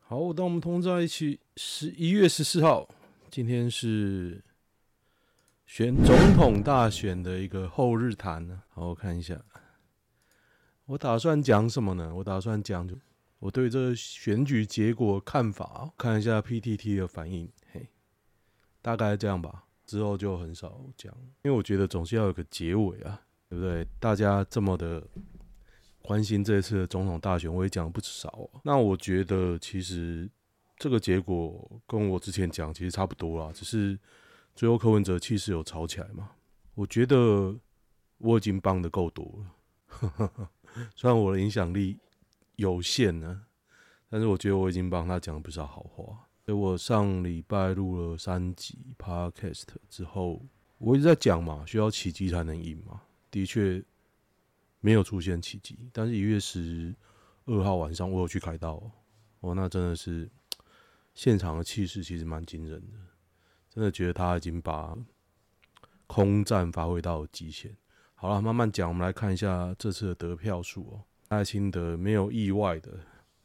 好，当我们同在一起，11月14号，今天是选总统大选的一个后日谈呢。好，我看一下，我打算讲什么呢？我打算讲我对这个选举结果看法，看一下 PTT 的反应，嘿，大概这样吧。之后就很少讲，因为我觉得总是要有个结尾啊，对不对？大家这么的关心这次的总统大选，我也讲了不少那我觉得其实这个结果跟我之前讲其实差不多啦，只是最后柯文哲气势有吵起来嘛。我觉得我已经帮的够多了，虽然我的影响力有限呢，但是我觉得我已经帮他讲了不少好话。所以我上礼拜录了3集 Podcast 之后，我一直在讲嘛，需要奇迹才能赢嘛，的确没有出现奇迹，但是1月12号晚上我有去开刀那真的是现场的气势其实蛮惊人的，真的觉得他已经把空战发挥到极限。好了，慢慢讲，我们来看一下这次的得票数赖清德没有意外的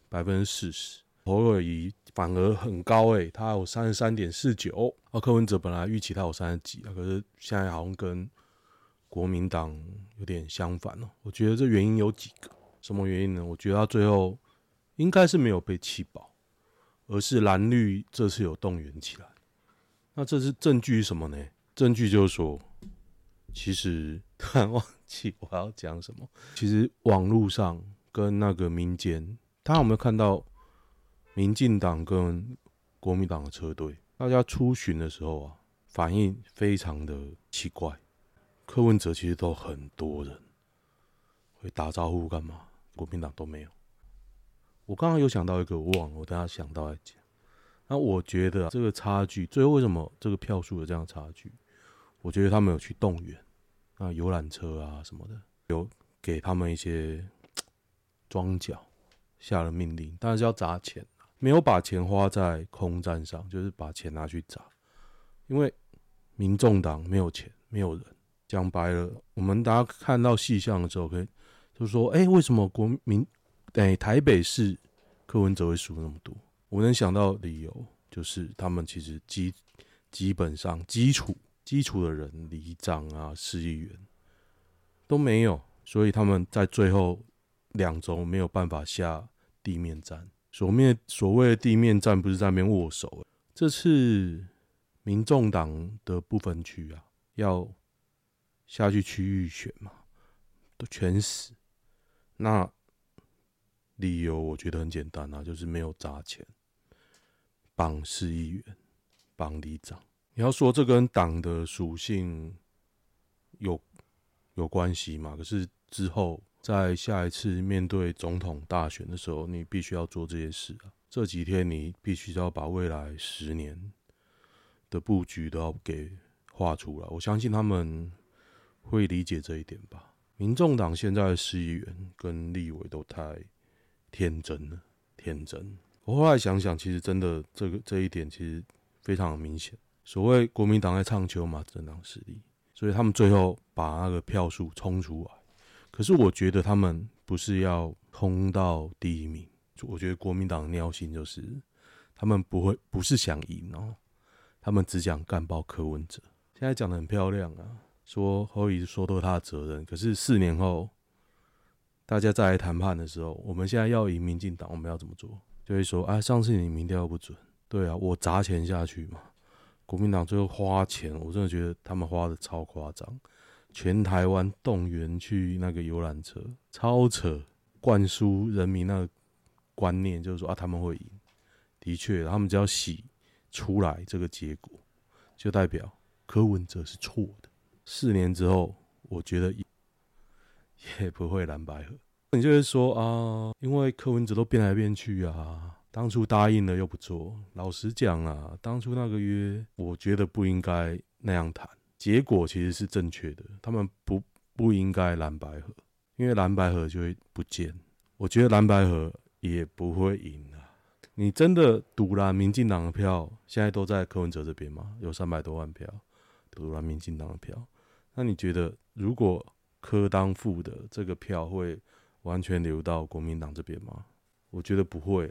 40%，侯友宜反而很高他有33.49%，柯文哲本来预期他有30几可是现在好像跟国民党有点相反我觉得这原因有几个，什么原因呢？我觉得他最后应该是没有被气饱，而是蓝绿这次有动员起来。那这是证据是什么呢？证据就是说，其实突然忘记我要讲什么。其实网络上跟那个民间，大家有没有看到民进党跟国民党的车队？大家出巡的时候反应非常的奇怪。柯文哲其实都很多人会打招呼干嘛？国民党都没有。我刚刚有想到一个，我忘了，我等一下想到再讲。那我觉得这个差距，最后为什么这个票数有这样的差距？我觉得他们有去动员游览车什么的，有给他们一些庄脚下了命令，当然是要砸钱，没有把钱花在空战上，就是把钱拿去砸，因为民众党没有钱，没有人。讲白了，我们大家看到细项的时候，可以就说，为什么台北市柯文哲会输那么多？我能想到的理由就是他们其实基本上基础的人，里长市议员都没有，所以他们在最后2周没有办法下地面战。所谓的地面战不是在那边握手，这次民众党的不分区要下去区域选嘛，都全死。那理由我觉得很简单就是没有砸钱绑市议员、绑里长。你要说这跟党的属性有关系嘛？可是之后在下一次面对总统大选的时候，你必须要做这些事这几天你必须要把未来10年的布局都要给画出来。我相信他们会理解这一点吧。民众党现在的市议员跟立委都太天真了，天真。我后来想想，其实真的这一点其实非常明显。所谓国民党在唱秋嘛，政党势力，所以他们最后把那个票数冲出来。可是我觉得他们不是要冲到第1名，我觉得国民党的尿性就是他们不是想赢他们只想干爆柯文哲。现在讲得很漂亮说侯友宜说都是他的责任，可是4年后大家再来谈判的时候，我们现在要赢民进党，我们要怎么做？就会说上次你民调不准，对我砸钱下去嘛。国民党最后花钱，我真的觉得他们花的超夸张，全台湾动员去那个游览车，超扯，灌输人民那个观念，就是说他们会赢。的确，他们只要洗出来这个结果，就代表柯文哲是错的。4年之后，我觉得也不会蓝白合。你就会说因为柯文哲都变来变去当初答应了又不做。老实讲当初那个约，我觉得不应该那样谈。结果其实是正确的，他们不应该蓝白合，因为蓝白合就会不见。我觉得蓝白合也不会赢你真的赌蓝民进党的票，现在都在柯文哲这边吗？有300多万票，赌蓝民进党的票。那你觉得如果柯当副的这个票会完全流到国民党这边吗？我觉得不会啦。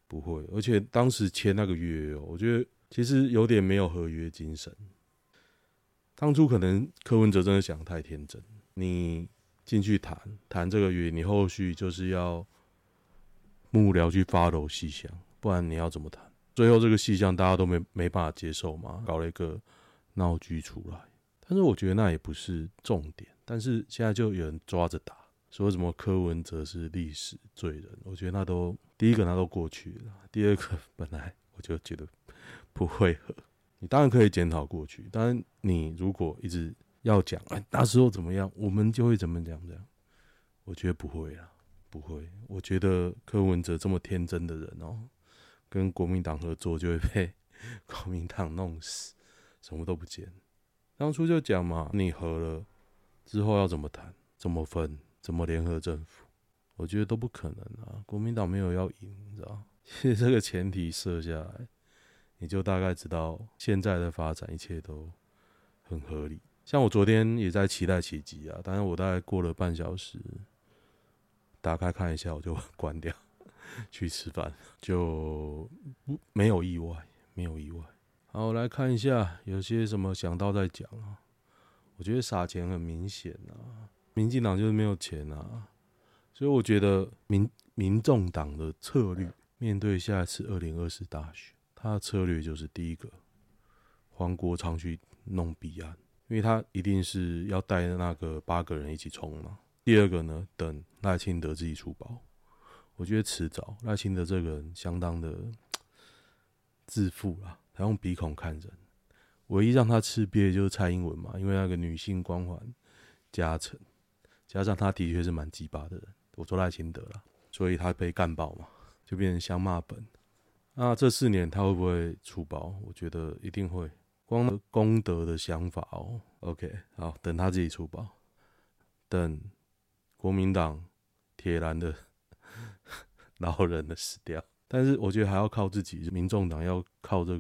不会。而且当时签那个约我觉得其实有点没有合约精神。当初可能柯文哲真的想太天真，你进去谈这个约，你后续就是要幕僚去 follow 细项，不然你要怎么谈？最后这个细项大家都没办法接受嘛，搞了一个闹剧出来。但是我觉得那也不是重点，但是现在就有人抓着打，说什么柯文哲是历史罪人，我觉得第一个那都过去了，第二个本来我就觉得不会合。你当然可以检讨过去，但是你如果一直要讲那时候怎么样，我们就会怎么讲这样，我觉得不会啦，不会。我觉得柯文哲这么天真的人跟国民党合作就会被国民党弄死，什么都不见。当初就讲嘛，你合了之后要怎么谈、怎么分、怎么联合政府，我觉得都不可能啊。国民党没有要赢，你知道？其实这个前提设下来，你就大概知道现在的发展一切都很合理。像我昨天也在期待奇迹啊，但是我大概过了半小时，打开看一下我就关掉，去吃饭，就没有意外，没有意外。好，来看一下有些什么想到再讲啊。我觉得撒钱很明显啊，民进党就是没有钱啊，所以我觉得民众党的策略面对下一次2024大选，他的策略就是第一个，黄国昌去弄弊案，因为他一定是要带那个8个人一起冲嘛。第二个呢，等赖清德自己出包。我觉得迟早赖清德这个人相当的自负啦，他用鼻孔看人。唯一让他吃瘪的就是蔡英文嘛，因为那个女性光环加成，加上他的确是蛮鸡巴的人，我说赖清德啦，所以他被干爆嘛，就变成相骂本。那这4年他会不会出包？我觉得一定会。光功德的想法OK， 好，等他自己出包，等国民党铁蓝的老人的死掉。但是我觉得还要靠自己，民众党要靠这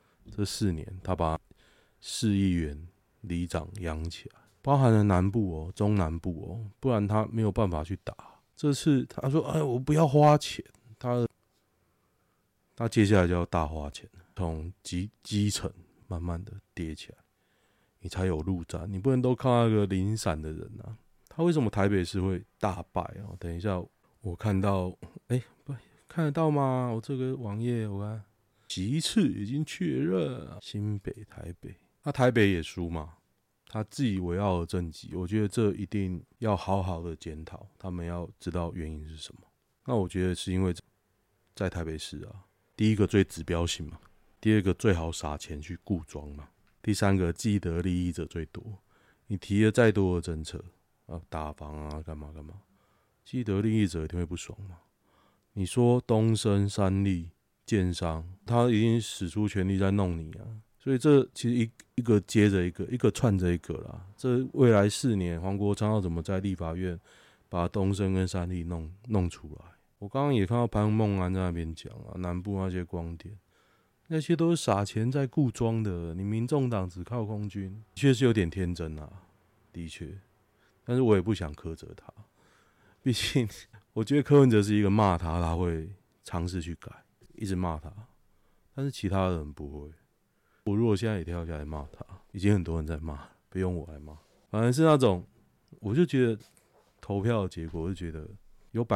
4年，他把市议员、里长养起来，包含了南部中南部不然他没有办法去打。这次他说：“我不要花钱。”他接下来就要大花钱，从基层慢慢的叠起来，你才有路战。你不能都靠那个零散的人啊。他为什么台北市会大败等一下我看到，看得到吗？我这个网页我看。席次已经确认，新北、台北，那台北也输嘛？他自以为傲的政绩，我觉得这一定要好好的检讨，他们要知道原因是什么。那我觉得是因为在台北市第一个最指标性嘛，第二个最好撒钱去固装嘛，第三个既得利益者最多。你提了再多的政策打房干嘛干嘛，既得利益者一定会不爽嘛。你说东升、三立、建商，他已经使出全力在弄你啊，所以这其实一个接着一个，一个串着一个啦。这未来4年，黄国昌要怎么在立法院把东升跟三立弄出来？我刚刚也看到潘孟安在那边讲南部那些光电，那些都是撒钱在固装的。你民众党只靠空军，的确是有点天真的确。但是我也不想苛责他，毕竟我觉得柯文哲是一个骂他会尝试去改，一直骂他，但是其他人不会。我如果现在也跳下来骂他，已经很多人在骂，不用我来骂。反而是那种，我就觉得投票的结果，我就觉得有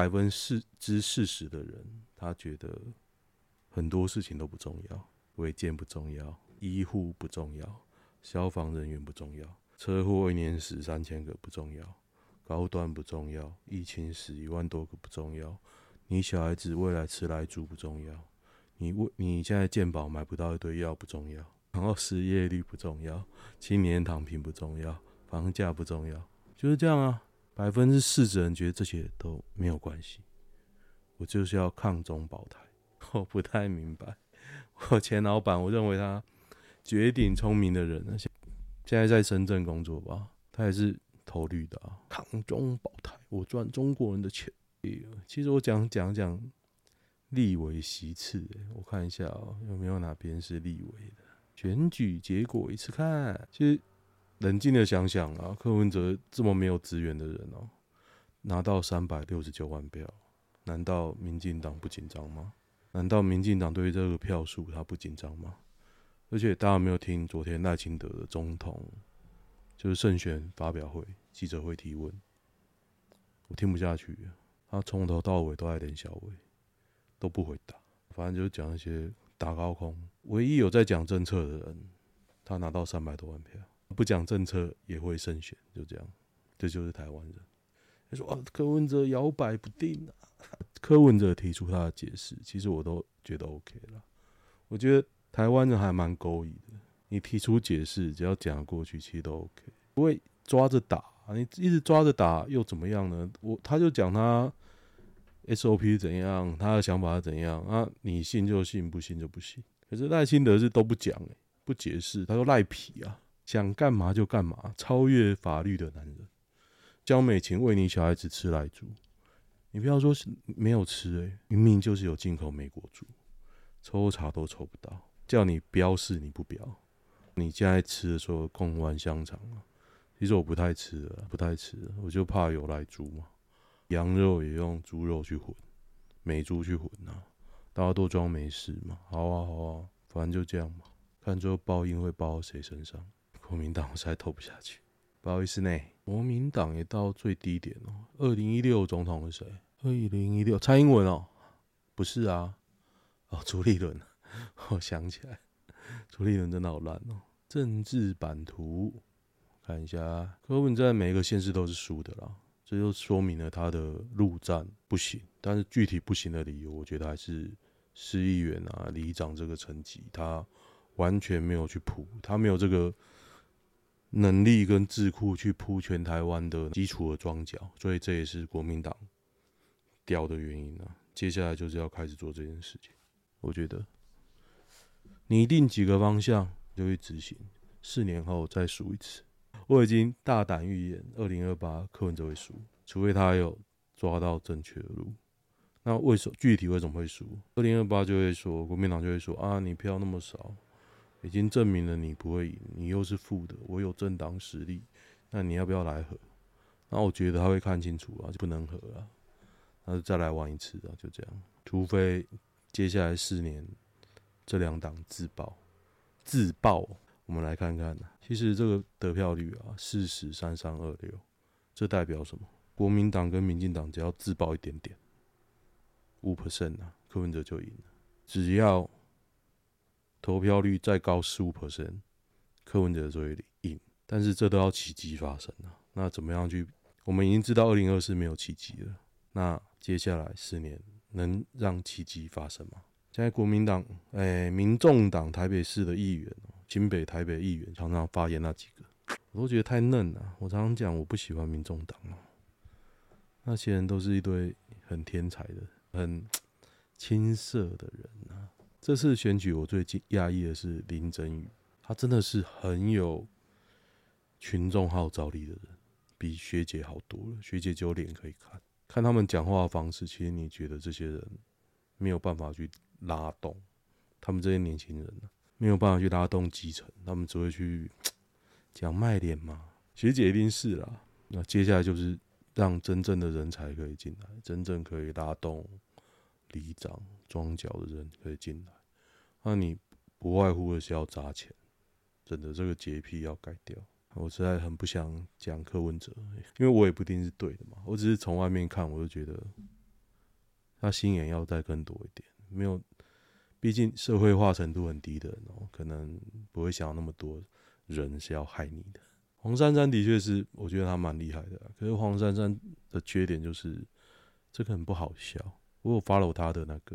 40%的人，他觉得很多事情都不重要，违建不重要，医护不重要，消防人员不重要，车祸1年死3000个不重要，高端不重要，疫情死1万多个不重要，你小孩子未来吃来住不重要，你现在健保买不到一堆药不重要，然后失业率不重要，青年躺平不重要，房价不重要，就是这样40%的人觉得这些都没有关系。我就是要抗中保台，我不太明白。我前老板，我认为他绝顶聪明的人现在在深圳工作吧，他也是投绿的抗中保台，我赚中国人的钱。其实我讲立委席次，我看一下有没有哪边是立委的选举结果一次看。其实冷静的想想柯文哲这么没有资源的人拿到369万票，难道民进党不紧张吗？ 难道民进党对于这个票数他不紧张吗？而且大家有没有听昨天赖清德的总统就是胜选发表会记者会提问？我听不下去了，他从头到尾都在连小伟，都不回答，反正就是讲一些打高空。唯一有在讲政策的人，他拿到300多万票，不讲政策也会胜选，就这样。这就是台湾人。他说啊，柯文哲摇摆不定啊。柯文哲提出他的解释，其实我都觉得 OK 了。我觉得台湾人还蛮勾引的，你提出解释，只要讲得过去，其实都 OK， 不会抓着打。你一直抓着打又怎么样呢？他就讲他 SOP 是怎样，他的想法是怎样啊？你信就信，不信就不信。可是赖清德是都不讲不解释，他说赖皮啊，想干嘛就干嘛，超越法律的男人。江美琴喂你小孩子吃莱猪，你不要说没有吃明明就是有进口美国猪，抽查都抽不到，叫你标示你不标。你现在吃的时候贡丸香肠啊，其实我不太吃了，我就怕有莱猪嘛。羊肉也用猪肉去混，美猪去混啊，大家都装没事嘛。好啊，反正就这样嘛，看最后报应会报到谁身上。国民党我实在投不下去，不好意思呢。国民党也到最低点哦。2016总统是谁？2016蔡英文哦，不是啊，朱立伦，我想起来，朱立伦真的好烂哦。政治版图看一下，柯文哲每一个县市都是输的啦，这就说明了他的陆战不行。但是具体不行的理由，我觉得还是市议员啊、里长这个层级，他完全没有去铺，他没有这个能力跟智库去铺全台湾的基础的庄脚，所以这也是国民党掉的原因啊。接下来就是要开始做这件事情，我觉得拟定几个方向就去执行，4年后再输一次。我已经大胆预言，2028柯文哲会输，除非他有抓到正确的路。那具体为什么会输？2028就会说，国民党就会说啊，你票那么少，已经证明了你不会赢，你又是负的，我有政党实力，那你要不要来和？那我觉得他会看清楚啊，就不能和啊，那就再来玩一次啊，就这样。除非接下来4年这2党自爆。我们来看看其实这个得票率40-33-26，这代表什么？国民党跟民进党只要自爆一点点，5% 柯文哲就赢了。只要投票率再高15%，柯文哲就会赢。但是这都要奇迹发生啊！那怎么样去？我们已经知道2024没有奇迹了，那接下来4年能让奇迹发生吗？现在国民党、民众党台北市的议员、新北、台北议员常常发言那几个，我都觉得太嫩了。我常常讲我不喜欢民众党那些人都是一堆很天才的、很青涩的人啊。这次选举我最讶异的是林珍羽，他真的是很有群众号召力的人，比学姐好多了。学姐只有脸可以看他们讲话的方式，其实你觉得这些人没有办法去拉动他们这些年轻人没有办法去拉动基层，他们只会去讲卖脸嘛。学姐一定是啦。那接下来就是让真正的人才可以进来，真正可以拉动里长、庄脚的人可以进来。那你不外乎的是要砸钱，真的这个洁癖要改掉。我实在很不想讲柯文哲，因为我也不一定是对的嘛。我只是从外面看，我就觉得他心眼要再更多一点。没有，毕竟社会化程度很低的人可能不会想到那么多人是要害你的。黄珊珊的确是，我觉得他蛮厉害的可是黄珊珊的缺点就是这个很不好笑。我有 follow 他的那个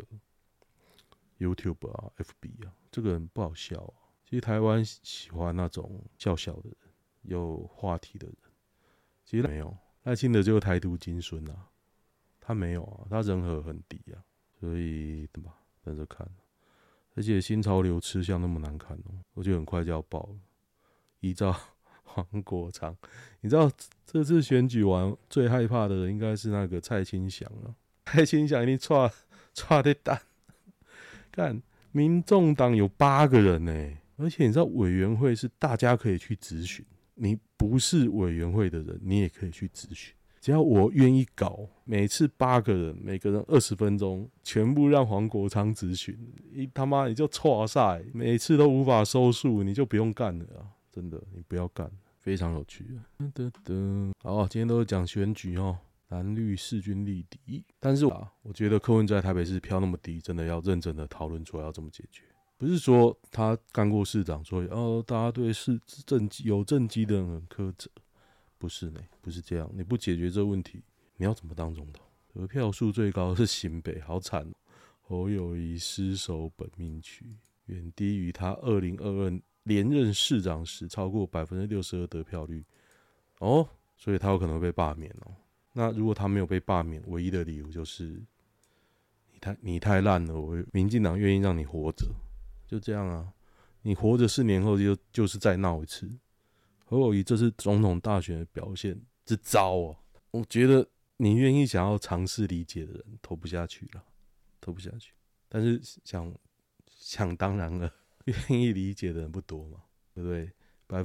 YouTube 啊、FB 啊，这个很不好笑其实台湾喜欢那种笑笑的人，有话题的人。其实没有，赖清德就是台独金孙他没有他人和很低所以等着看。而且新潮流吃相那么难看我觉得很快就要爆了。依照黄国昌，你知道这次选举完最害怕的人应该是那个蔡清祥蔡清祥一定踹的蛋。看民众党有8个人而且你知道委员会是大家可以去质询，你不是委员会的人，你也可以去质询。 只要我愿意搞，每次8个人，每个人20分钟，全部让黄国昌咨询，他妈你就错赛，每次都无法收束，你就不用干了啊！真的，你不要干，非常有趣啊。好，今天都是讲选举哦，蓝绿势均力敌，但是我觉得柯文哲在台北市票那么低，真的要认真的讨论出来要怎么解决。不是说他干过市长，所以大家对有政绩的人很苛责，不是呢，不是这样。你不解决这个问题，你要怎么当总统？得票数最高的是新北，好惨哦！侯友宜失守本命区，远低于他2022连任市长时超过62%得票率哦，所以他有可能会被罢免哦。那如果他没有被罢免，唯一的理由就是你太烂了，民进党愿意让你活着。就这样啊，你活着4年后就是再闹一次。侯友宜这次总统大选的表现之糟哦，我觉得你愿意想要尝试理解的人投不下去了，投不下去。但是想当然了，愿意理解的人不多嘛，对不对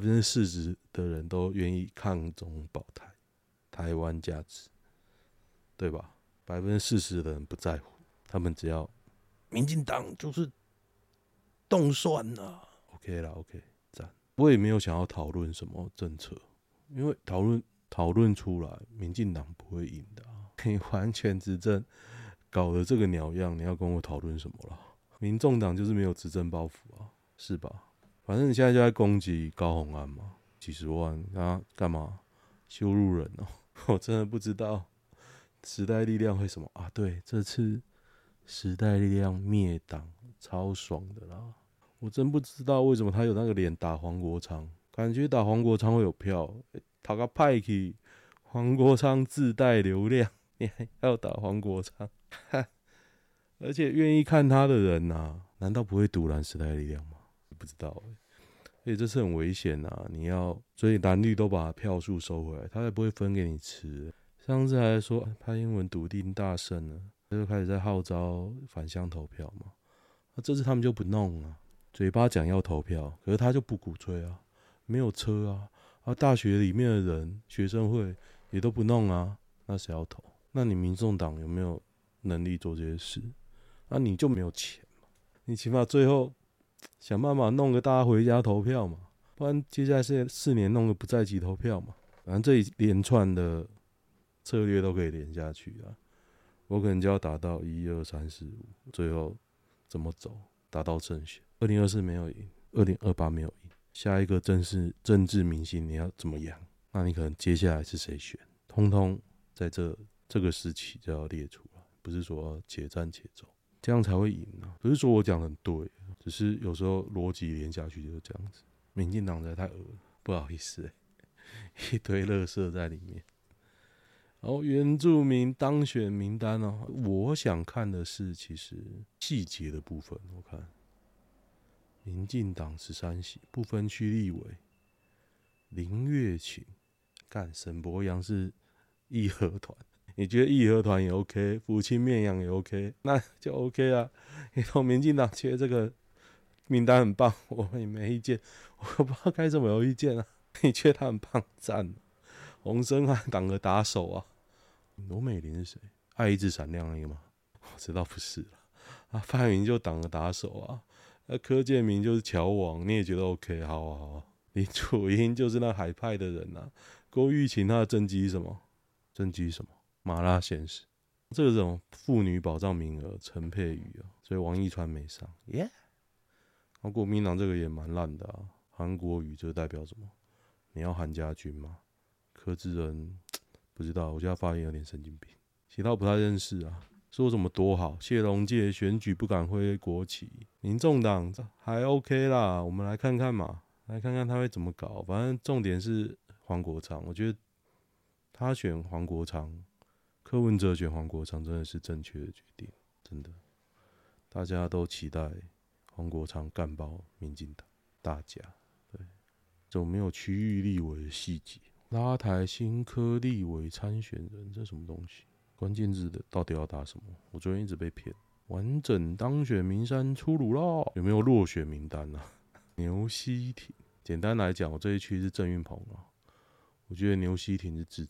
？40%的人都愿意抗中保台湾价值，对吧？40%的人不在乎，他们只要民进党就是动算啦 ，OK 啦 ，OK， 赞。我也没有想要讨论什么政策，因为讨论出来，民进党不会赢的啊。你完全执政搞得这个鸟样，你要跟我讨论什么啦？民众党就是没有执政包袱啊，是吧？反正你现在就在攻击高虹安嘛，几十万，他干嘛羞辱人哦？我真的不知道时代力量会什么啊？对，这次时代力量灭党超爽的啦！我真不知道为什么他有那个脸打黄国昌，感觉打黄国昌会有票，讨个派去，黄国昌自带流量，你还要打黄国昌，而且愿意看他的人难道不会独揽时代力量吗？不知道所以这是很危险所以蓝绿都把票数收回来，他也不会分给你吃。上次还说蔡英文笃定大胜了，他就开始在号召返乡投票嘛，这次他们就不弄啊。嘴巴讲要投票，可是他就不鼓吹啊，没有车大学里面的人学生会也都不弄啊，那谁要投？那你民众党有没有能力做这些事？你就没有钱嘛，你起码最后想办法弄个大家回家投票嘛，不然接下来4年弄个不在籍投票嘛，反正这一连串的策略都可以连下去啊。我可能就要打到1、2、3、4、5，最后怎么走？达到胜选。2024没有赢，2028没有赢，下一个政治明星你要怎么养？那你可能接下来是谁选？通通在这个时期就要列出来，不是说且战且走，这样才会赢啊。不是说我讲的很对，只是有时候逻辑连下去就是这样子。民进党实在太恶了，不好意思一堆垃圾在里面。然后原住民当选名单我想看的是其实细节的部分。我看民进党13席，不分区立委，林月琴，干沈伯洋是义和团，你觉得义和团也 OK， 福清面洋也 OK， 那就 OK 啊。你说民进党觉得这个名单很棒，我也没意见，我不知道该怎么有意见啊。你觉得他很棒，赞。洪申汉党的打手罗美玲是谁？爱一直闪亮那个吗？我知道不是了。范云就党的打手柯建铭就是侨王，你也觉得 OK？ 好。李楚英就是那海派的人郭玉琴他的政绩是什么？政绩什么？麻辣鲜师。这种妇女保障名额，陈佩瑜所以王一川没上。然后国民党这个也蛮烂的韩国瑜这代表什么？你要韩家军吗？柯志恩不知道，我觉得他发言有点神经病。其他我不太认识说什么多好，谢龙介选举不敢挥国旗，民众党还 OK 啦，我们来看看嘛，来看看他会怎么搞。反正重点是黄国昌，我觉得他选黄国昌，柯文哲选黄国昌真的是正确的决定，真的。大家都期待黄国昌干爆民进党，大家对，怎么没有区域立委的细节？拉台新科立委参选人，这什么东西？关键字的到底要打什么？我昨天一直被骗。完整当选名单出炉了，有没有落选名单牛希婷，简单来讲，我这一区是郑运鹏我觉得牛希婷是智障，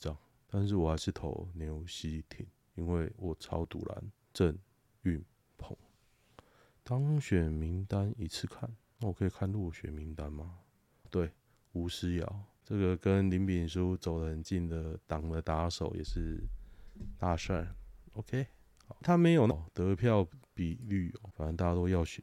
但是我还是投牛西挺，因为我超赌蓝郑运鹏。当选名单一次看，那我可以看落选名单吗？对，吴思瑶这个跟林炳书走得很近的党的打手也是大善 ，OK， 他没有得票比率反正大家都要写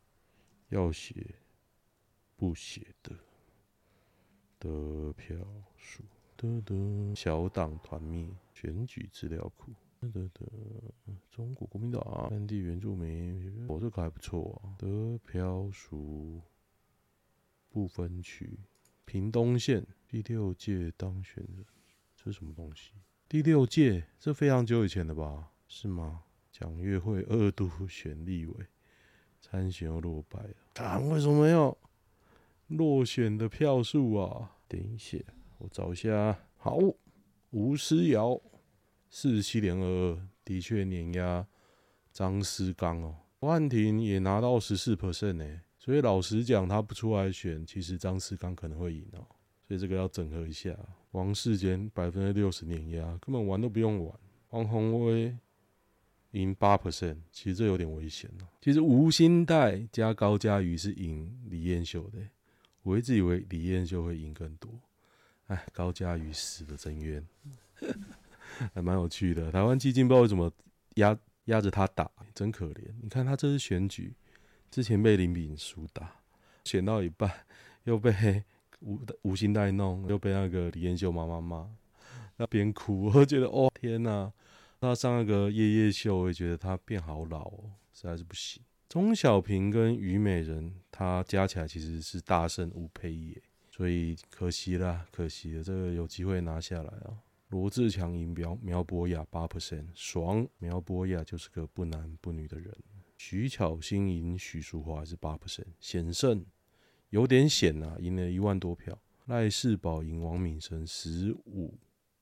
不写的得票数。小党团灭，选举资料库。中国国民党当地原住民，这个还不错啊。得票数不分区，屏东县第6届当选人，这是什么东西？第6届，这非常久以前的吧？是吗？蒋月惠2度选立委，参选又落败了。为什么要落选的票数啊？等一下，我找一下。好，吴思瑶47.22%，的确碾压张思刚哦。侯汉廷也拿到14% 呢，所以老实讲，他不出来选，其实张思刚可能会赢哦。所以这个要整合一下。王世坚60%碾压，根本玩都不用玩。王宏威赢8%，其实这有点危险哦。其实吴欣岱加高嘉瑜是赢李彦秀的，我一直以为李彦秀会赢更多。哎，高嘉瑜死的真冤，还蛮有趣的。台湾基金不知道为什么压着他打，真可怜。你看他这次选举，之前被林炳书打，选到一半又被吴欣岱弄，又被那个李彦秀妈妈骂，那边哭，我觉得哦天哪！他上那个夜夜秀，我也觉得他变好老哦，实在是不行。钟小平跟虞美人，他加起来其实是大胜吴佩业。所以可惜了，这个有机会拿下来啊！罗志强赢苗博雅8%，爽！苗博雅就是个不男不女的人。徐巧芯赢许淑华还是8%，险胜，有点险啊，赢了1万多票。赖世宝赢王敏生15%，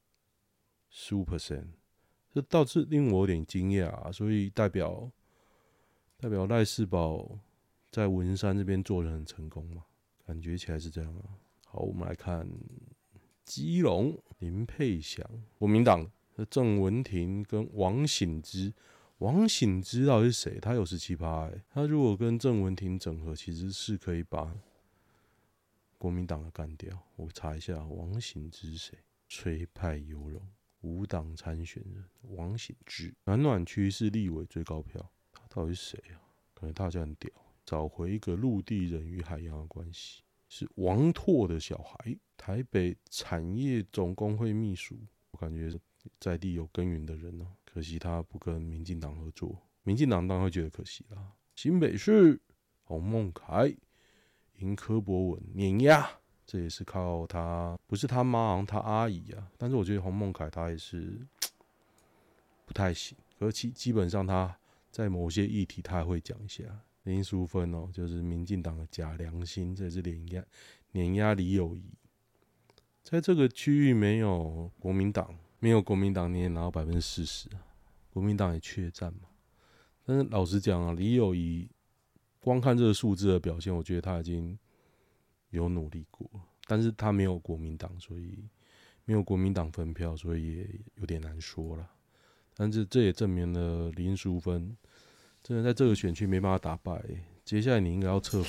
这倒是令我有点惊讶啊！所以代表赖世宝在文山这边做人很成功嘛？感觉起来是这样啊。好，我们来看基隆林佩祥，国民党的郑文婷跟王醒之。王醒之到底是谁？他有17%，他如果跟郑文婷整合，其实是可以把国民党的干掉。我查一下，王醒之是谁？崔派游荣，无党参选人王醒之。暖暖区是立委最高票，他到底是谁啊？感觉大家很屌，找回一个陆地人与海洋的关系。是王拓的小孩，台北产业总工会秘书，我感觉在地有耕耘的人哦，可惜他不跟民进党合作，民进党当然会觉得可惜啦。新北市洪孟凯赢柯博文碾压，这也是靠他，不是他妈，好像他阿姨啊。但是我觉得洪孟凯他也是不太行，可是基本上他在某些议题他还会讲一下。林淑芬哦，就是民进党的假良心，这也是碾压李友仪。在这个区域没有国民党，你也拿到40%啊，国民党也缺战嘛。但是老实讲啊，李友仪光看这个数字的表现，我觉得他已经有努力过，但是他没有国民党，所以没有国民党分票，所以也有点难说了。但是这也证明了林淑芬真的在这个选区没办法打败，接下来你应该要策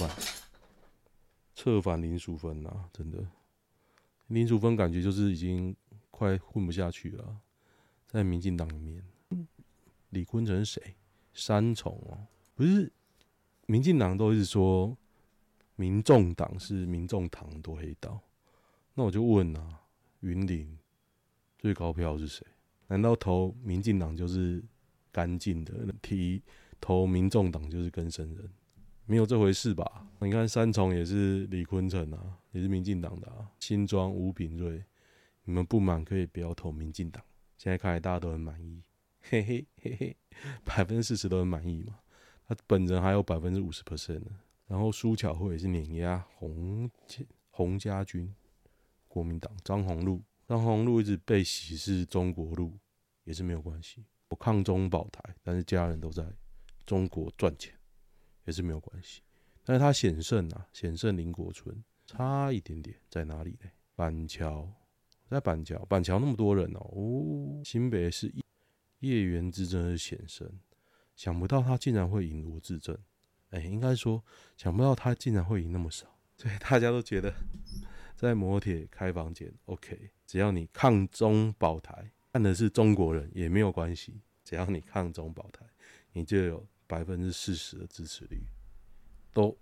反林淑芬啊！真的，林淑芬感觉就是已经快混不下去了，在民进党里面。李坤城是谁？三重哦，不是，民进党都一直说民众党是民众党多黑道，那我就问啊，云林最高票是谁？难道投民进党就是干净的？投民众党就是更生人？没有这回事吧？你看三重也是李坤城啊，也是民进党的啊。新庄吴秉睿，你们不满可以不要投民进党。现在看来大家都很满意，嘿嘿嘿嘿，40%都很满意嘛。他本人还有50% 呢。然后苏巧慧也是碾压洪家军，国民党张宏禄一直被洗是中国路，也是没有关系。我抗中保台，但是家人都在中国赚钱，也是没有关系。但是他险胜林国春，差一点点在哪里呢？板桥在板桥，板桥那么多人新北市叶元之真的是险胜，想不到他竟然会赢罗志正，应该说想不到他竟然会赢那么少，所以大家都觉得在摩铁开房间 OK， 只要你抗中保台，看的是中国人也没有关系，只要你抗中保台，你就有40%的支持率，都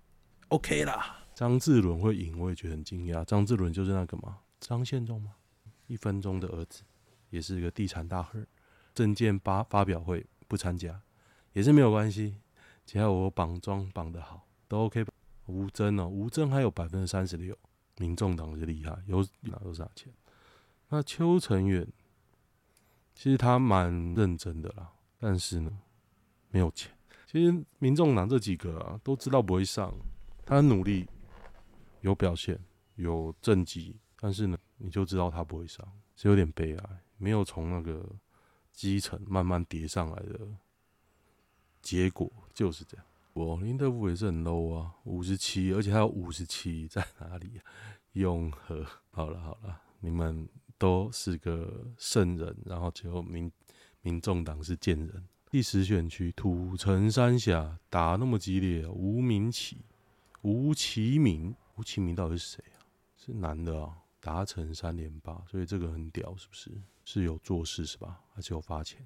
OK 啦。张志伦会赢，我也觉得很惊讶。张志伦就是那个嘛，张献忠嘛，1分钟的儿子，也是一个地产大亨。政见发表会不参加也是没有关系，只要我绑桩绑得好，都 OK。吴峥还有36%，民众党是厉害，有拿多少钱？那邱成远其实他蛮认真的啦，但是呢没有钱。其实民众党这几个都知道不会上，他很努力，有表现，有政绩，但是呢你就知道他不会上，是有点悲哀，没有从那个基层慢慢叠上来的结果就是这样。林德福也是很 low 啊，57，而且还有57在哪里啊？永和。好了，你们都是个圣人，然后最后民众党是贱人。第10选区土城三峡打那么激烈，吴其明到底是谁啊？是男的啊，达成3连霸，所以这个很屌，是不是？是有做事是吧？还是有发钱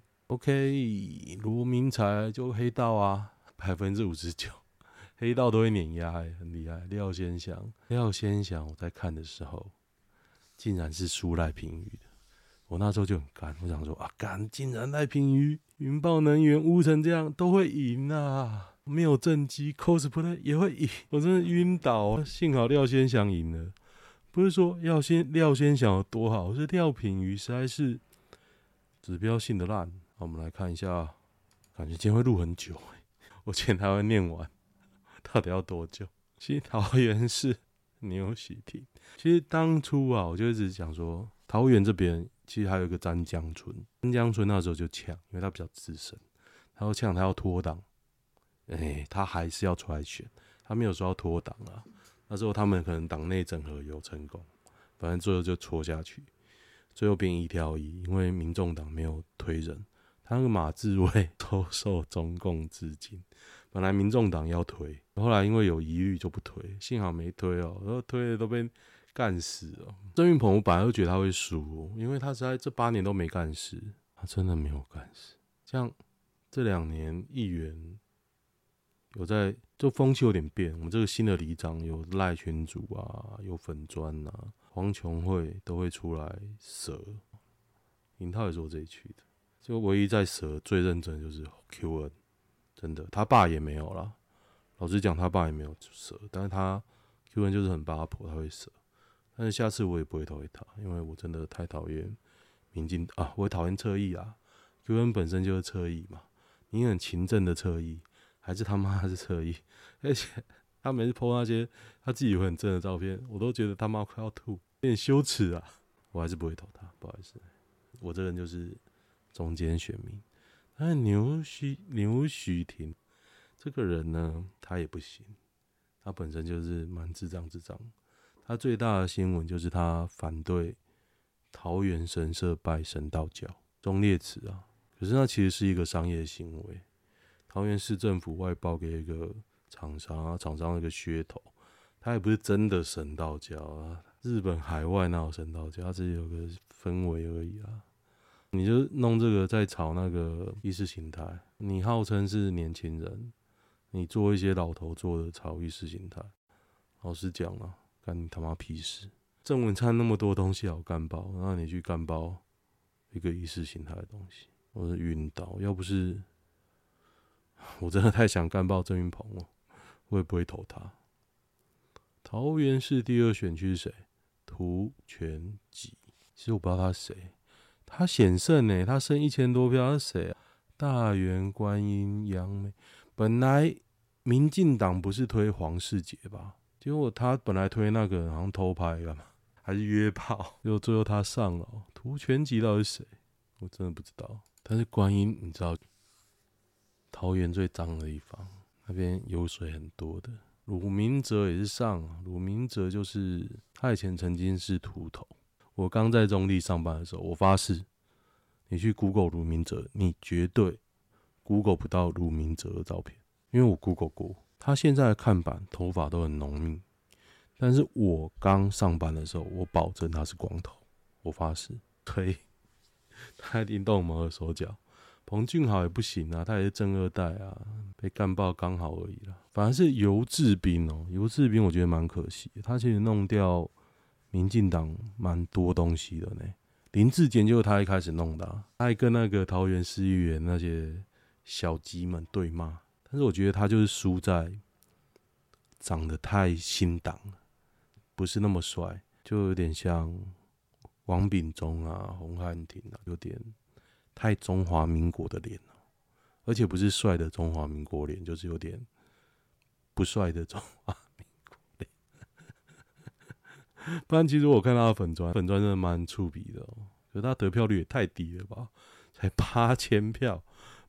？OK， 罗明才就黑道啊，59%，黑道都会碾压，很厉害。廖先祥，我在看的时候，竟然是输赖品妤的。我那时候就很干，我想说啊，竟然赖品妤、云豹能源污成这样都会赢啊！没有政绩 ，cosplay 也会赢，我真的晕倒。幸好廖先祥赢了，不是说廖先祥有多好，是廖品妤实在是指标性的烂。好，我们来看一下，感觉今天会录很久，我前台会念完，到底要多久？其实桃园市牛喜亭，其实当初啊，我就一直讲说，桃园这边其实还有一个詹江村，那时候就呛，因为他比较资深，他要呛，他要脱党，他还是要出来选，他没有说要脱党啊。那时候他们可能党内整合有成功，反正最后就戳下去，最后变1挑1，因为民众党没有推人，他那个马志伟都受中共资金。本来民众党要推，后来因为有疑虑就不推，幸好没推哦，然后推了都被干死哦。郑运鹏我本来就觉得他会输，因为他实在这8年都没干事，他真的没有干事。像这2年议员有在，就风气有点变。我们这个新的里长有赖群主啊，有粉专啊，黄琼慧都会出来蛇。尹涛也是我这一区的，就唯一在蛇最认真的就是 QN。真的，他爸也没有啦。老实讲，他爸也没有蛇，但是他 QN 就是很八婆，他会蛇。但是下次我也不会投给他，因为我真的太讨厌民进啊，我讨厌侧翼啊。QN 本身就是侧翼嘛，你很勤政的侧翼，还是他妈是侧翼？而且他每次 po 那些他自己会很正的照片，我都觉得他妈快要吐，有点羞耻啊。我还是不会投他，不好意思，我这个人就是中间选民。但牛许婷这个人呢，他也不行，他本身就是蛮智障。他最大的新闻就是他反对桃园神社拜神道教忠烈祠啊，可是那其实是一个商业行为。桃园市政府外包给一个厂商，厂商那个噱头，他也不是真的神道教啊。日本海外哪有神道教，他只是有个氛围而已啊。你就弄这个在炒那个意识形态，你号称是年轻人，你做一些老头做的炒意识形态，老实讲啊，干你他妈屁事！郑文灿那么多东西好干爆，然后你去干爆一个意识形态的东西，我是晕倒。要不是我真的太想干爆郑运鹏了，我也不会投他。桃园市第2选区是谁？涂全吉，其实我不知道他是谁。他险胜他胜1000多票，他是谁啊？大园观音杨梅。本来民进党不是推黄世杰吧？结果他本来推那个好像偷拍干嘛，还是约炮？结果最后他上了。涂全吉到底是谁？我真的不知道。但是观音，你知道，桃园最脏的地方，那边油水很多的。鲁明哲也是上，鲁明哲就是他以前曾经是秃头。 我刚在中立上班的时候，我发誓，你去 Google 卢明哲，你绝对 Google 不到卢明哲的照片，因为我 Google 过，他现在的看板头发都很浓密，但是我刚上班的时候，我保证他是光头，我发誓。所以他一定动我们的手脚。彭俊豪也不行啊，他也是正二代啊，被干爆刚好而已啦。反而是游志斌哦，游志斌我觉得蛮可惜的，他其实弄掉民进党蛮多东西的呢。林志坚就是他一开始弄的他还跟那个桃园市议员那些小鸡们对骂，但是我觉得他就是输在长得太新党了，不是那么帅，就有点像王炳忠啊、洪汉廷啊，有点太中华民国的脸了，而且不是帅的中华民国脸，就是有点不帅的中华民国脸。不然其实我看他的粉专真的蛮触鼻的哦，可是他得票率也太低了吧，才8000票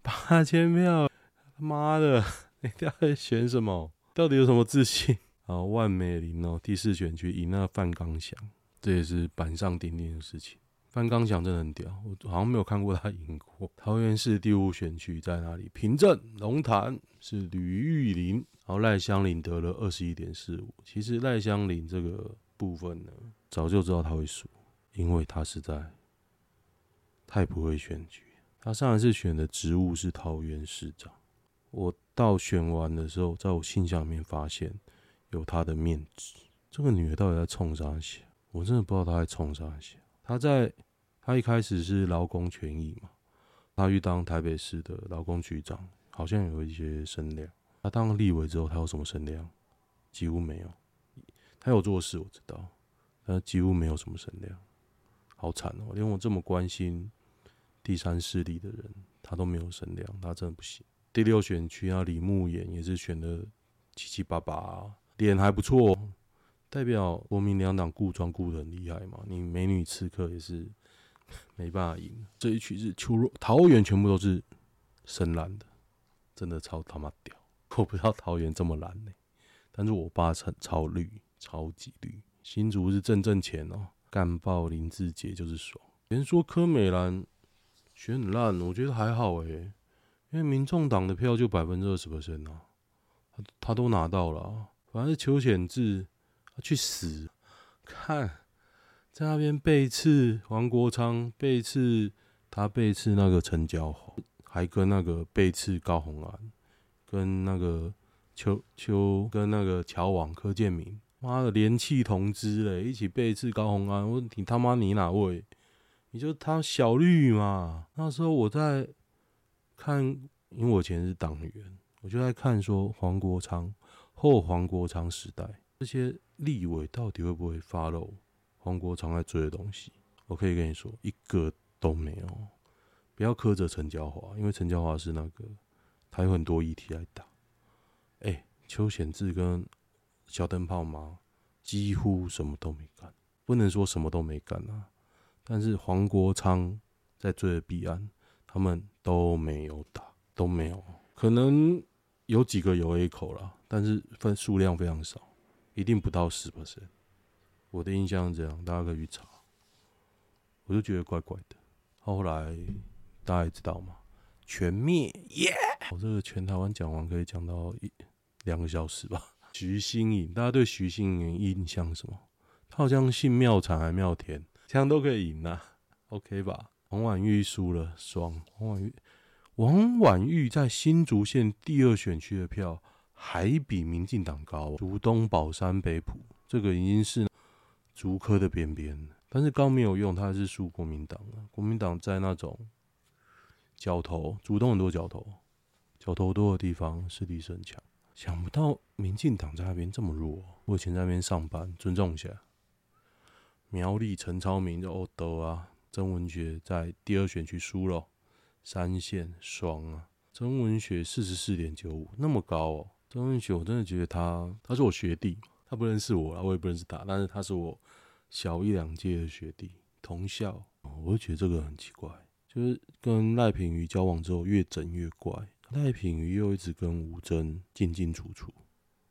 ，8000票，他妈的，你到底在选什么？到底有什么自信？好，万美玲哦，第4选区赢那范刚祥，这也是板上钉钉的事情。范刚祥真的很屌，我好像没有看过他赢过。桃园市第5选区在哪里？平镇、龙潭是吕玉玲，然后赖香伶得了21.45%。其实赖香伶这个部分呢，早就知道他会输，因为他实在太不会选举。他上一次选的职务是桃园市长，我到选完的时候，在我信箱里面发现有他的面纸。这个女的到底在冲啥小？我真的不知道她在冲啥小。他一开始是劳工权益嘛，他去当台北市的劳工局长，好像有一些声量。他当立委之后，他有什么声量？几乎没有。他有做事我知道，但几乎没有什么声量，好惨哦！连我这么关心第3势力的人，他都没有声量，他真的不行。第6选区啊，李慕言也是选的七七八八，脸还不错，代表国民两党顾庄顾得很厉害嘛。你美女刺客也是没办法赢。这一区是秋肉，桃园全部都是深蓝的，真的超他妈屌！我不知道桃园这么蓝呢、但是我爸超绿，超级绿。新竹是正钱哦，干爆林志杰就是爽。有人说柯美兰选很烂，我觉得还好因为民众党的票就20%啊，他都拿到了啊。反正是邱显智，去死！看在那边背刺黄国昌，背刺那个陈椒华，还跟那个背刺高虹安，跟那个跟那个乔王柯建明，妈的连气同支嘞，一起背刺高虹安。我说你他妈你哪位？你就他小绿嘛。那时候我在看，因为我以前是党员，我就在看说黄国昌后黄国昌时代这些立委到底会不会 follow 黄国昌在追的东西？我可以跟你说，一个都没有。不要苛责陈椒华，因为陈椒华是那个他有很多议题来打。邱显智跟小灯泡妈几乎什么都没干，不能说什么都没干啊。但是黄国昌在追的弊案，他们都没有打，都没有。可能有几个有 A 口啦，但是数量非常少，一定不到10%。我的印象是这样，大家可以去查。我就觉得怪怪的。后来大家也知道嘛，全灭耶！我这个全台湾讲完可以讲到2个小时吧。徐新颖，大家对徐新颖印象什么？他好像姓妙产还妙田，这样都可以赢啊 ，OK 吧？王婉玉输了，爽。王婉玉在新竹县第2选区的票还比民进党高，竹东、宝山、北埔，这个已经是竹科的边边了。但是高没有用，他还是输国民党了。国民党在那种角头，竹东很多角头多的地方势力是很强。想不到民进党在那边这么弱。我以前在那边上班，尊重一下。苗栗陈超明就欧德啊，曾文学在第2选区输了，3县爽啊。曾文学44.95，那么高哦。曾文学我真的觉得他是我学弟，他不认识我啦，我也不认识他，但是他是我小1、2届的学弟，同校。我就觉得这个很奇怪，就是跟赖品妤交往之后越整越怪。赖品妤又一直跟吴峥进进出出，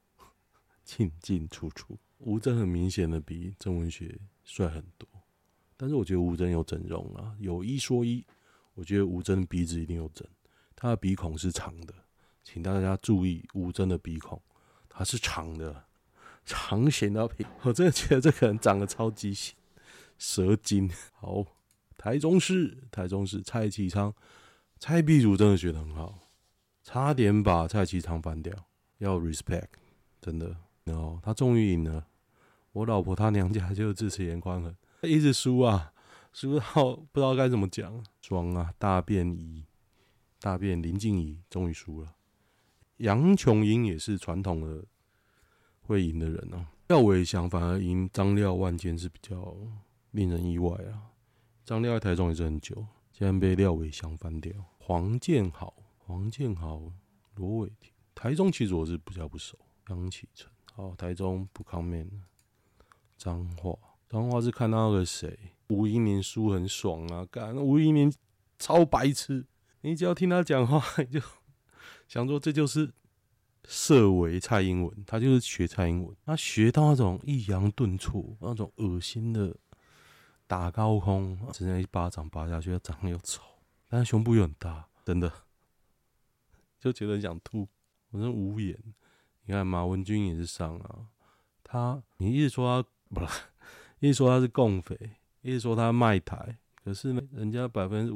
进进出出。吴峥很明显的比曾文学帅很多， 但是我觉得吴峥有整容啊，有一说一，我觉得吴峥鼻子一定有整，他的鼻孔是长的，请大家注意吴峥的鼻孔，它是长的，长显到平，我真的觉得这个人长得超级蛇精。好，台中市蔡其昌，蔡壁如真的学得很好，差点把蔡其昌翻掉，要 respect， 真的。然后他终于赢了，我老婆她娘家就支持严宽恒，一直输啊，输到不知道该怎么讲，爽啊！大便林静怡终于输了，杨琼英也是传统的会赢的人哦。廖伟翔反而赢张廖万坚是比较令人意外啊。张廖在台中也是很久，竟然被廖伟翔翻掉。黄建豪、罗伟霆，台中其实我是比较不熟。杨启成，好，台中不抗面。彰化是看到那个谁，吴怡宁输很爽啊，干吴怡宁超白痴，你只要听他讲话，你就想说这就是设为蔡英文，他就是学蔡英文，他学到那种抑扬顿挫，那种恶心的打高空，直接一巴掌扒下去，长得又丑，但是胸部又很大，真的就觉得很想吐，我真无言。你看马文君也是上啊，你一直说他一直说他是共匪，一直说他卖台，可是呢，人家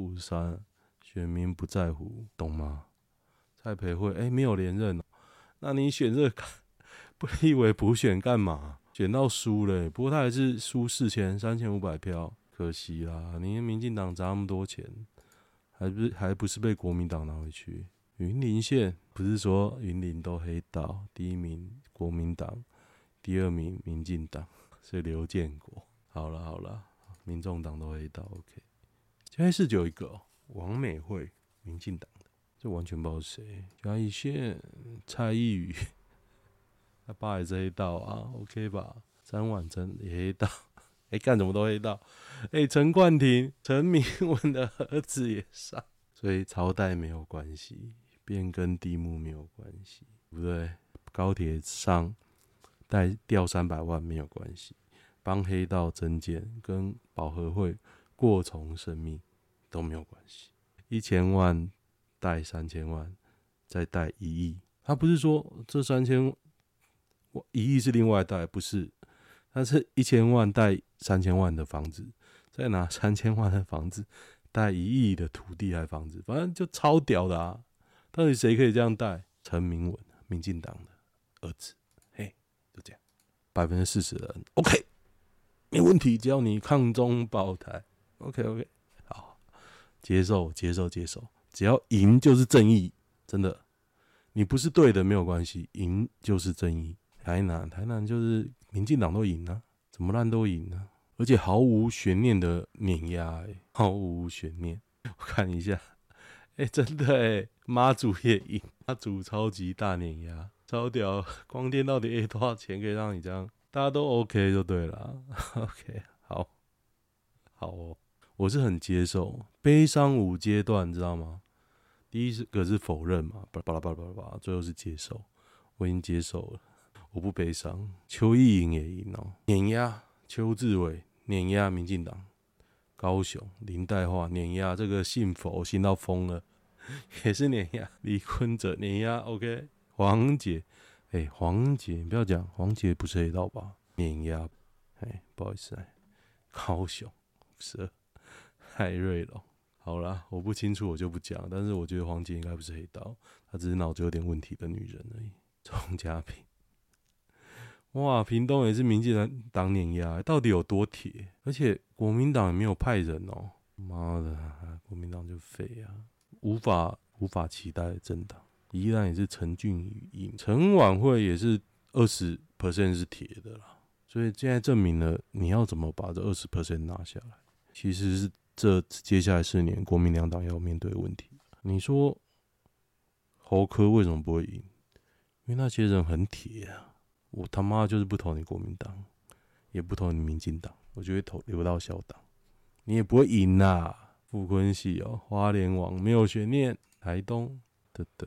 53%选民不在乎，懂吗？蔡培慧没有连任，那你选这个不立委补选干嘛？选到输了，不过他还是输3500票，可惜啦，你民进党砸那么多钱，还不是被国民党拿回去？云林县不是说云林都黑道，第一名国民党，第二名民进党是刘建国。好了，民众党都黑道 ，OK。嘉义市就有一个王美惠，民进党的，这完全不知道是谁。嘉义县蔡依宇，他爸也是黑道啊 ，OK 吧？张婉珍也黑道，干什么都黑道。陈冠廷、陈明文的儿子也上，所以朝代没有关系。变更地目没有关系，对不对？高铁上掉300万没有关系，帮黑道增建跟保和会过从生命都没有关系。1000万贷3000万，再贷1亿，他不是说这1亿是另外贷，不是，他是1000万贷3000万的房子，再拿3000万的房子贷1亿的土地还房子，反正就超屌的啊！到底谁可以这样带？陈明文，民进党的儿子，就这样，40%的人 OK， 没问题，只要你抗中保台 ，OK， 好，接受，只要赢就是正义，真的，你不是对的没有关系，赢就是正义。台南就是民进党都赢啊，怎么烂都赢啊，而且毫无悬念的碾压，毫无悬念。我看一下。真的妈祖也赢，妈祖超级大碾压，超屌！光电到底多少钱可以让你这样？大家都 OK 就对了。OK， 好哦，我是很接受悲伤5阶段，知道吗？第一个是否认嘛，巴拉，最后是接受，我已经接受了，我不悲伤。邱意莹也赢哦，碾压邱志伟，碾压民进党。高雄林代化碾压这个信佛信到疯了，也是碾压。李坤哲碾压 OK。黄杰黄杰你不要讲，黄杰不是黑道吧？碾压不好意思高雄12海瑞龙。好啦，我不清楚我就不讲，但是我觉得黄杰应该不是黑道，她只是脑子有点问题的女人而已。钟嘉平，哇，屏东也是民进党碾压，到底有多铁？而且国民党也没有派人哦，妈的，国民党就废啊，无法期待的政党。宜兰也是陈俊宇赢，陈婉慧也是20% 是铁的啦，所以现在证明了你要怎么把这20% 拿下来，其实是这接下来4年国民两党要面对的问题。你说侯柯为什么不会赢？因为那些人很铁啊。我他妈就是不投你国民党，也不投你民进党，我就会留到小党，你也不会赢啦。傅昆萁花莲王没有悬念，台东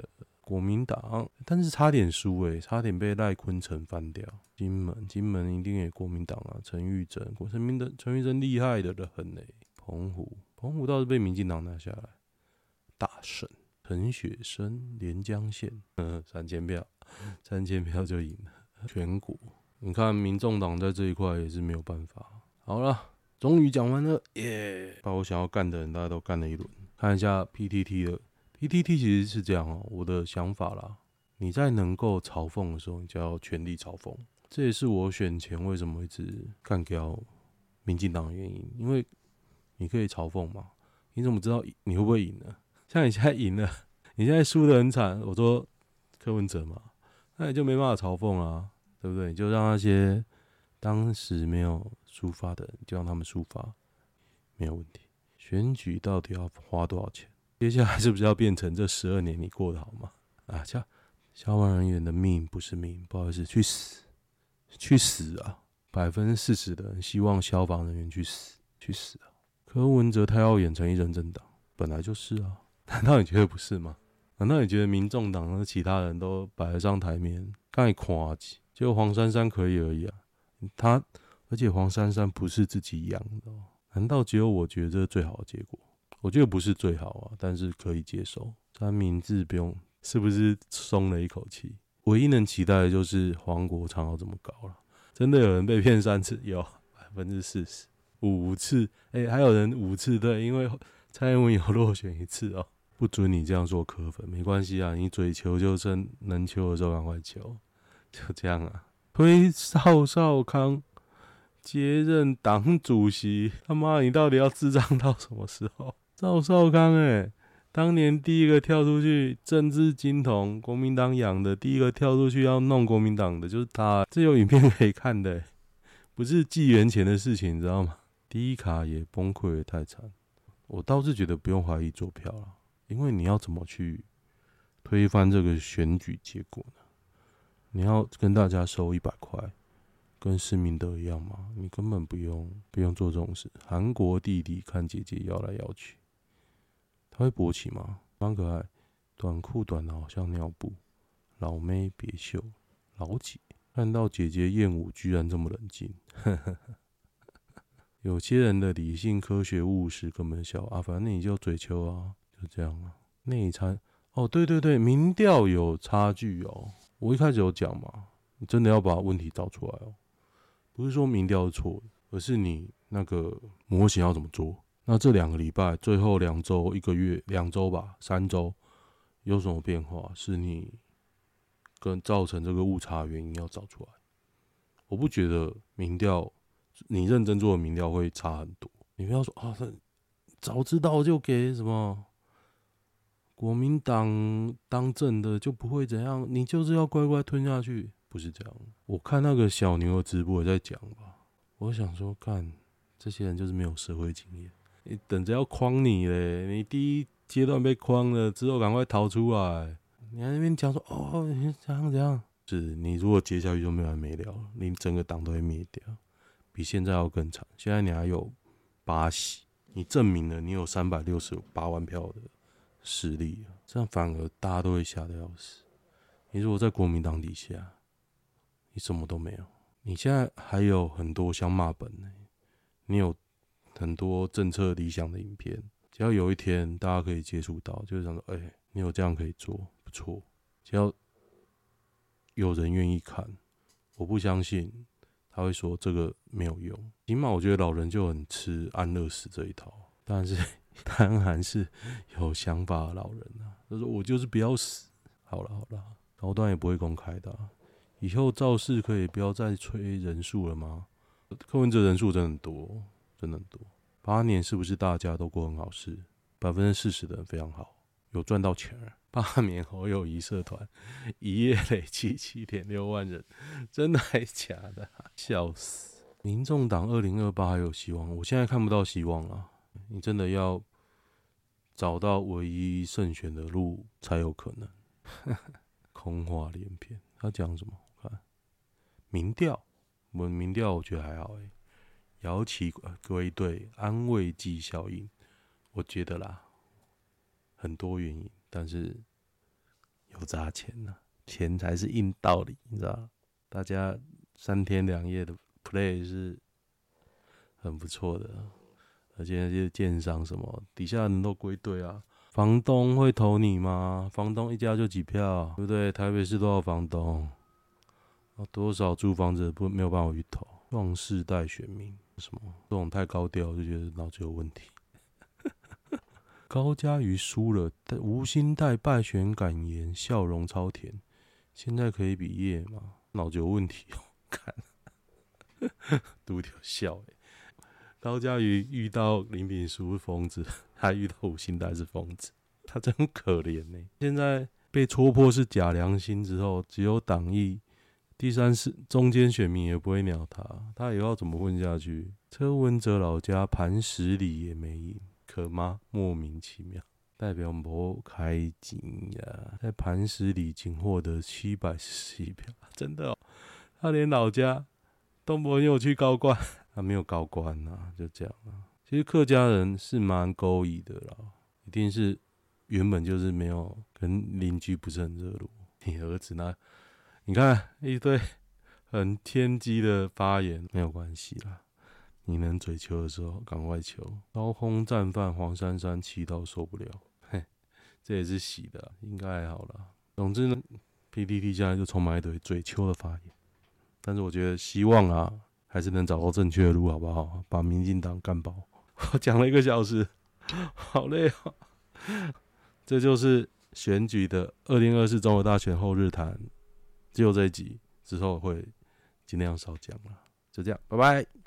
国民党，但是差点输差点被赖坤成翻掉。金门一定给国民党啊，陈玉珍厉害的很澎湖倒是被民进党拿下来，大胜。陈雪生连江县，3000票就赢了全国。你看民众党在这一块也是没有办法。好了，终于讲完了耶！把我想要干的人大家都干了一轮。看一下 PTT 的 PTT 其实是这样我的想法啦。你在能够嘲讽的时候，你就要全力嘲讽。这也是我选前为什么一直干掉民进党的原因，因为你可以嘲讽嘛，你怎么知道你会不会赢呢？像你现在赢了，你现在输得很惨，我说柯文哲嘛，那你就没办法嘲讽啦，对不对？你就让那些当时没有抒发的人，就让他们抒发，没有问题。选举到底要花多少钱？接下来是不是要变成这12年你过得好吗？消防人员的命不是命，不好意思，去死啊！40%的人希望消防人员去死啊！柯文哲太耀眼成一人政党，本来就是啊，难道你觉得不是吗？难道你觉得民众党和其他人都摆得上台面，看你夸起，结果黄珊珊可以而已啊？而且黄珊珊不是自己养的难道只有我觉得这是最好的结果？我觉得不是最好啊，但是可以接受。三明治不用，是不是松了一口气？唯一能期待的就是黄国昌要这么高了。真的有人被骗3次？有40%，5次，还有人5次，对，因为蔡英文有落选1次不准你这样说柯粉，没关系啊，你嘴求就趁能求的时候赶快求，就这样啊。推赵康接任党主席，他妈你到底要智障到什么时候？赵少康当年第一个跳出去政治金童，国民党养的，第一个跳出去要弄国民党的就是他，这有影片可以看的不是纪元前的事情，你知道吗？第一卡也崩溃得太惨，我倒是觉得不用怀疑做票了，因为你要怎么去推翻这个选举结果呢？你要跟大家收100块，跟施明德一样吗？你根本不用做这种事。韩国弟弟看姐姐摇来摇去，他会勃起吗？蛮可爱，短裤短的好像尿布，老妹别秀，老姐看到姐姐艳舞居然这么冷静，有些人的理性、科学、务实根本小啊，反正你就嘴求啊，就这样啊。内参对，民调有差距我一开始有讲嘛，你真的要把问题找出来不是说民调是错的，而是你那个模型要怎么做。那这2个礼拜，最后2周、1个月、2周吧、3周，有什么变化？是你跟造成这个误差的原因要找出来。我不觉得民调，你认真做的民调会差很多。你不要说早知道就给什么国民党当政的就不会怎样，你就是要乖乖吞下去，不是这样。我看那个小牛的直播也在讲吧，我想说，干这些人就是没有社会经验。你等着要诓你嘞，你第一阶段被诓了之后，赶快逃出来。你在那边讲说你怎样，是你如果接下去就没完没了了，你整个党都会灭掉，比现在要更惨。现在你还有8席，你证明了你有368万票的实力，这样反而大家都会吓得要死。你如果在国民党底下，你什么都没有，你现在还有很多想骂本你有很多政策理想的影片，只要有一天大家可以接触到，就是想说，你有这样可以做，不错。只要有人愿意看，我不相信他会说这个没有用。起码我觉得老人就很吃安乐死这一套，当然是有想法的老人他说我就是不要死，好了，高端也不会公开的以后造势可以不要再吹人数了吗？柯文哲人数真的很多，真的很多。8年是不是大家都过很好事？40%的人非常好，有赚到钱。罢免侯友宜社团一夜累计7.6万人，真的还假的笑死！民众党2028还有希望，我现在看不到希望了。你真的要找到唯一胜选的路才有可能。空话连篇，他讲什么？我看民调，民调我觉得还好摇旗归队，安慰剂效应，我觉得啦，很多原因，但是有砸钱啊，钱才是硬道理，你知道？大家3天2夜的 play 是很不错的，而且那些建商什么底下人都归队啊，房东会投你吗？房东一家就几票，对不对？台北市多少房东？多少租房子没有办法去投？壮世代选民什么这种太高调，就觉得脑子有问题。高嘉瑜输了，吴欣岱败选感言，笑容超甜。现在可以比耶吗？脑子有问题哦，看，拄着笑高嘉瑜遇到林炳书是疯子，他遇到吴欣岱是疯子，他真可怜呢。现在被戳破是假良心之后，只有党意，第三是中间选民也不会鸟他，他以后要怎么混下去？柯文哲老家磐石里也没赢，可吗？莫名其妙。代表没开钱呀，在磐石里仅获得711票，真的哦，他连老家都没有去高官，他没有高官啊，就这样啊。其实客家人是蛮勾引的啦，一定是原本就是没有跟邻居不是很热络。你儿子呢？你看一堆很偏激的发言，没有关系啦。你能嘴球的时候赶快球。高空战犯黄珊珊气到受不了。这也是洗的啊，应该还好啦。总之呢 ，PTT 现在就充满一堆嘴秋的发言，但是我觉得希望啊，还是能找到正确的路，好不好？把民进党干爆。我讲了1个小时，好累哦。这就是选举的2024中国大选后日谈，只有这一集，之后会尽量少讲了。就这样，拜拜。